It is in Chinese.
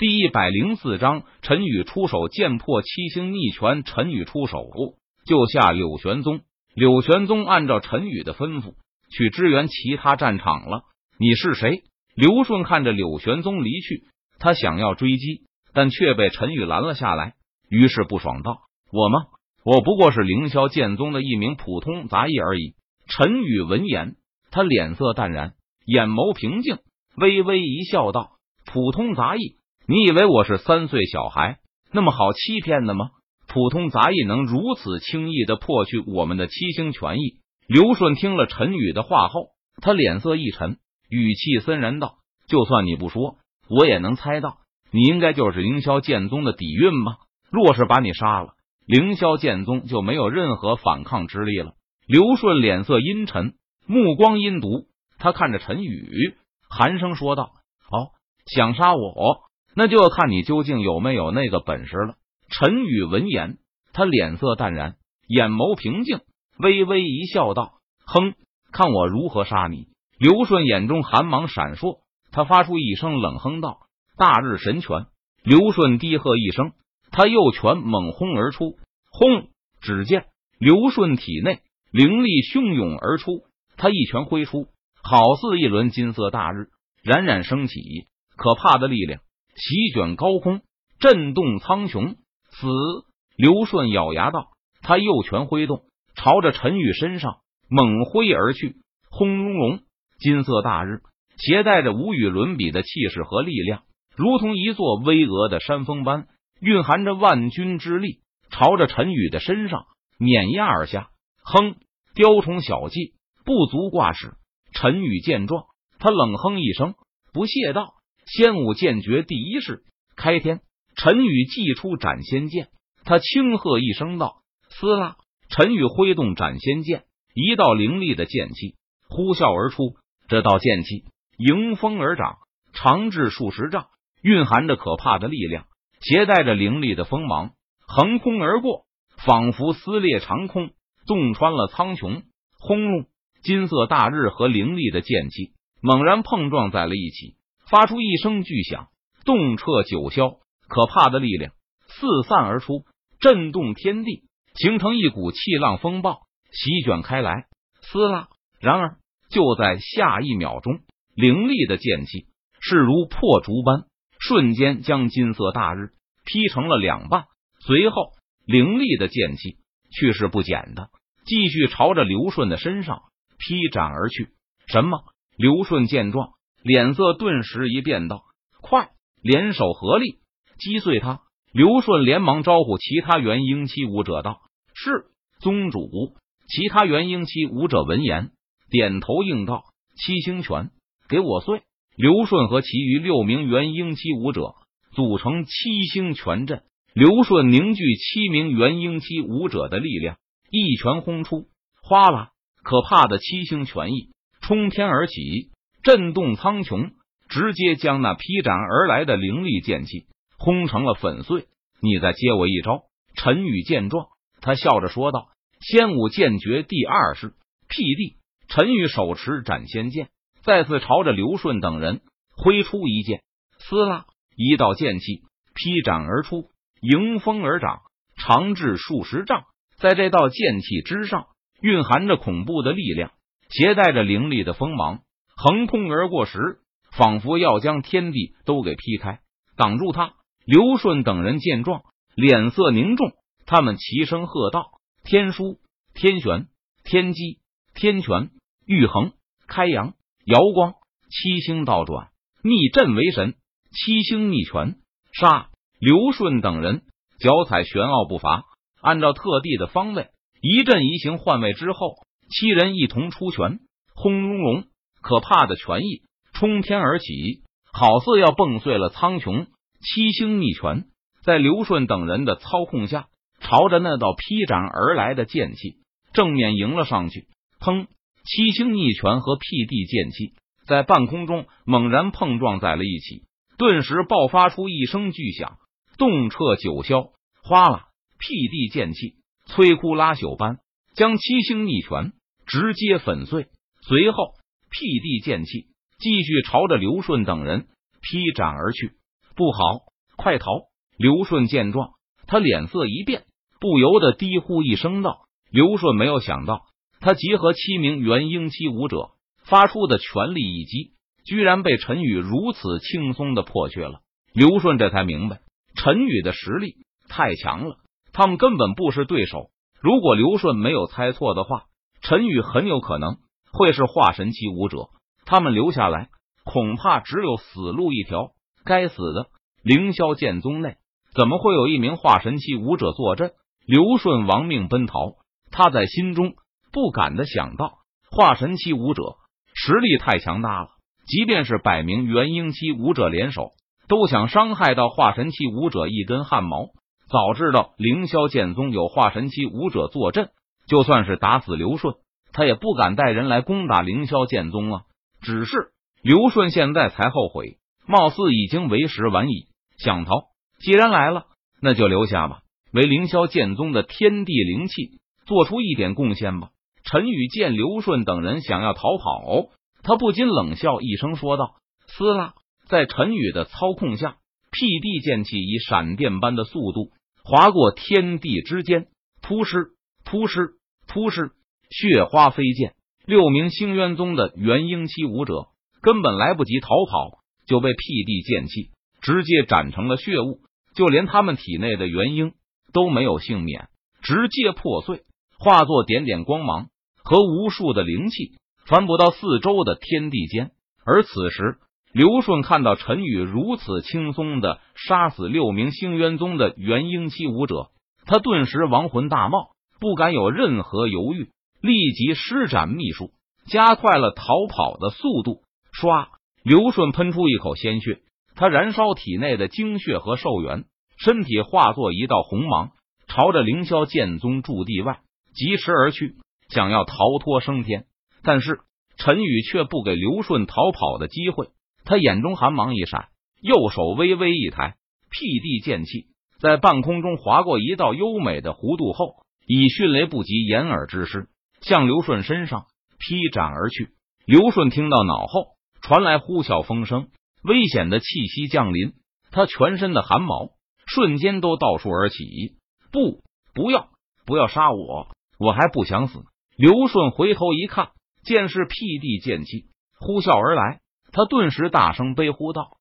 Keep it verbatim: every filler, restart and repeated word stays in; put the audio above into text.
第一百零四章，陈宇出手剑破七星逆拳。陈宇出手救下柳玄宗，柳玄宗按照陈宇的吩咐去支援其他战场了。你是谁？刘顺看着柳玄宗离去，他想要追击，但却被陈宇拦了下来，于是不爽道：我吗？我不过是凌霄剑宗的一名普通杂役而已。陈宇闻言，他脸色淡然，眼眸平静，微微一笑道：普通杂役？你以为我是三岁小孩，那么好欺骗的吗？普通杂役能如此轻易的破去我们的七星拳意？刘顺听了陈宇的话后，他脸色一沉，语气森然道：就算你不说，我也能猜到，你应该就是凌霄剑宗的底蕴吧？若是把你杀了，凌霄剑宗就没有任何反抗之力了。刘顺脸色阴沉，目光阴毒，他看着陈宇，寒声说道：哦，想杀我，那就要看你究竟有没有那个本事了。陈宇闻言，他脸色淡然，眼眸平静，微微一笑道：哼，看我如何杀你。刘顺眼中寒芒闪烁，他发出一声冷哼道：大日神拳。刘顺低喝一声，他右拳猛轰而出，轰！只见刘顺体内灵力汹涌而出，他一拳挥出，好似一轮金色大日冉冉升起，可怕的力量席卷高空，震动苍穹。死！刘顺咬牙道，他右拳挥动，朝着陈宇身上猛挥而去。轰隆隆！金色大日携带着无与伦比的气势和力量，如同一座巍峨的山峰般，蕴含着万钧之力，朝着陈宇的身上碾压而下。哼，雕虫小技，不足挂齿。陈宇见状，他冷哼一声，不屑道：仙武剑诀第一式，开天！陈宇祭出斩仙剑，他轻喝一声道：撕拉！陈宇挥动斩仙剑，一道凌厉的剑气呼啸而出，这道剑气迎风而长，长至数十丈，蕴含着可怕的力量，携带着凌厉的锋芒，横空而过，仿佛撕裂长空，洞穿了苍穹。轰隆！金色大日和凌厉的剑气猛然碰撞在了一起，发出一声巨响，动彻九霄。可怕的力量四散而出，震动天地，形成一股气浪风暴，席卷开来。撕拉！然而就在下一秒钟，凌厉的剑气势如破竹般，瞬间将金色大日劈成了两半。随后凌厉的剑气去势不减的继续朝着刘顺的身上劈斩而去。什么？刘顺见状，脸色顿时一变道：快，联手合力击碎他！刘顺连忙招呼其他元婴期武者道：是，宗主。其他元婴期武者闻言点头应道：七星拳，给我碎！刘顺和其余六名元婴期武者组成七星拳阵，刘顺凝聚七名元婴期武者的力量，一拳轰出，哗啦！可怕的七星拳意冲天而起，震动苍穹，直接将那劈斩而来的凌厉剑气轰成了粉碎。你再接我一招！陈宇见状，他笑着说道：仙武剑诀第二式，辟地！陈宇手持斩仙剑，再次朝着刘顺等人挥出一剑，撕拉！一道剑气劈斩而出，迎风而长，长至数十丈。在这道剑气之上，蕴含着恐怖的力量，携带着凌厉的锋芒，横空而过时，仿佛要将天地都给劈开，挡住他。刘顺等人见状，脸色凝重，他们齐声喝道：天书、天旋、天机、天拳、玉衡、开阳、瑶光，七星倒转，逆阵为神，七星逆拳，杀！刘顺等人脚踩玄奥步伐，按照特地的方位一阵移形换位之后，七人一同出拳，轰隆隆！可怕的拳意冲天而起，好似要蹦碎了苍穹。七星逆拳在刘顺等人的操控下，朝着那道劈斩而来的剑气正面迎了上去。砰！七星逆拳和辟地剑气在半空中猛然碰撞在了一起，顿时爆发出一声巨响，动彻九霄。哗啦！辟地剑气摧枯拉朽般将七星逆拳直接粉碎，随后辟地剑气继续朝着刘顺等人劈斩而去。不好！ 快逃！刘顺见状，他脸色一变，不由得低呼一声道：“刘顺！”没有想到，他集合七名元婴期武者发出的全力一击，居然被陈宇如此轻松的破却了。刘顺这才明白，陈宇的实力太强了，他们根本不是对手。如果刘顺没有猜错的话，陈宇很有可能会是化神期武者，他们留下来恐怕只有死路一条。该死的！凌霄剑宗内怎么会有一名化神期武者坐镇？刘顺亡命奔逃，他在心中不敢的想到，化神期武者实力太强大了，即便是百名元婴期武者联手，都想伤害到化神期武者一根汗毛。早知道凌霄剑宗有化神期武者坐镇，就算是打死刘顺，他也不敢带人来攻打凌霄剑宗啊。只是刘顺现在才后悔，貌似已经为时晚矣。想逃，既然来了，那就留下吧，为凌霄剑宗的天地灵气做出一点贡献吧。陈宇见刘顺等人想要逃跑，他不禁冷笑一声说道：“撕拉！”在陈宇的操控下，辟地剑气以闪电般的速度划过天地之间，扑哧扑哧扑哧，血花飞溅。六名星渊宗的元婴期武者根本来不及逃跑，就被辟地剑气直接斩成了血雾，就连他们体内的元婴都没有幸免，直接破碎，化作点点光芒和无数的灵气传播到四周的天地间。而此时刘顺看到陈宇如此轻松的杀死六名星渊宗的元婴期武者，他顿时亡魂大冒，不敢有任何犹豫，立即施展秘术，加快了逃跑的速度。唰！刘顺喷出一口鲜血，他燃烧体内的精血和寿元，身体化作一道红芒，朝着凌霄剑宗驻地外疾驰而去，想要逃脱升天。但是陈宇却不给刘顺逃跑的机会，他眼中寒芒一闪，右手微微一抬，辟地剑气在半空中划过一道优美的弧度后，以迅雷不及掩耳之势向刘顺身上劈斩而去。刘顺听到脑后传来呼啸风声，危险的气息降临，他全身的汗毛瞬间都倒竖而起。不，不要，不要杀我，我还不想死。刘顺回头一看，见是辟地剑气呼啸而来，他顿时大声悲呼道：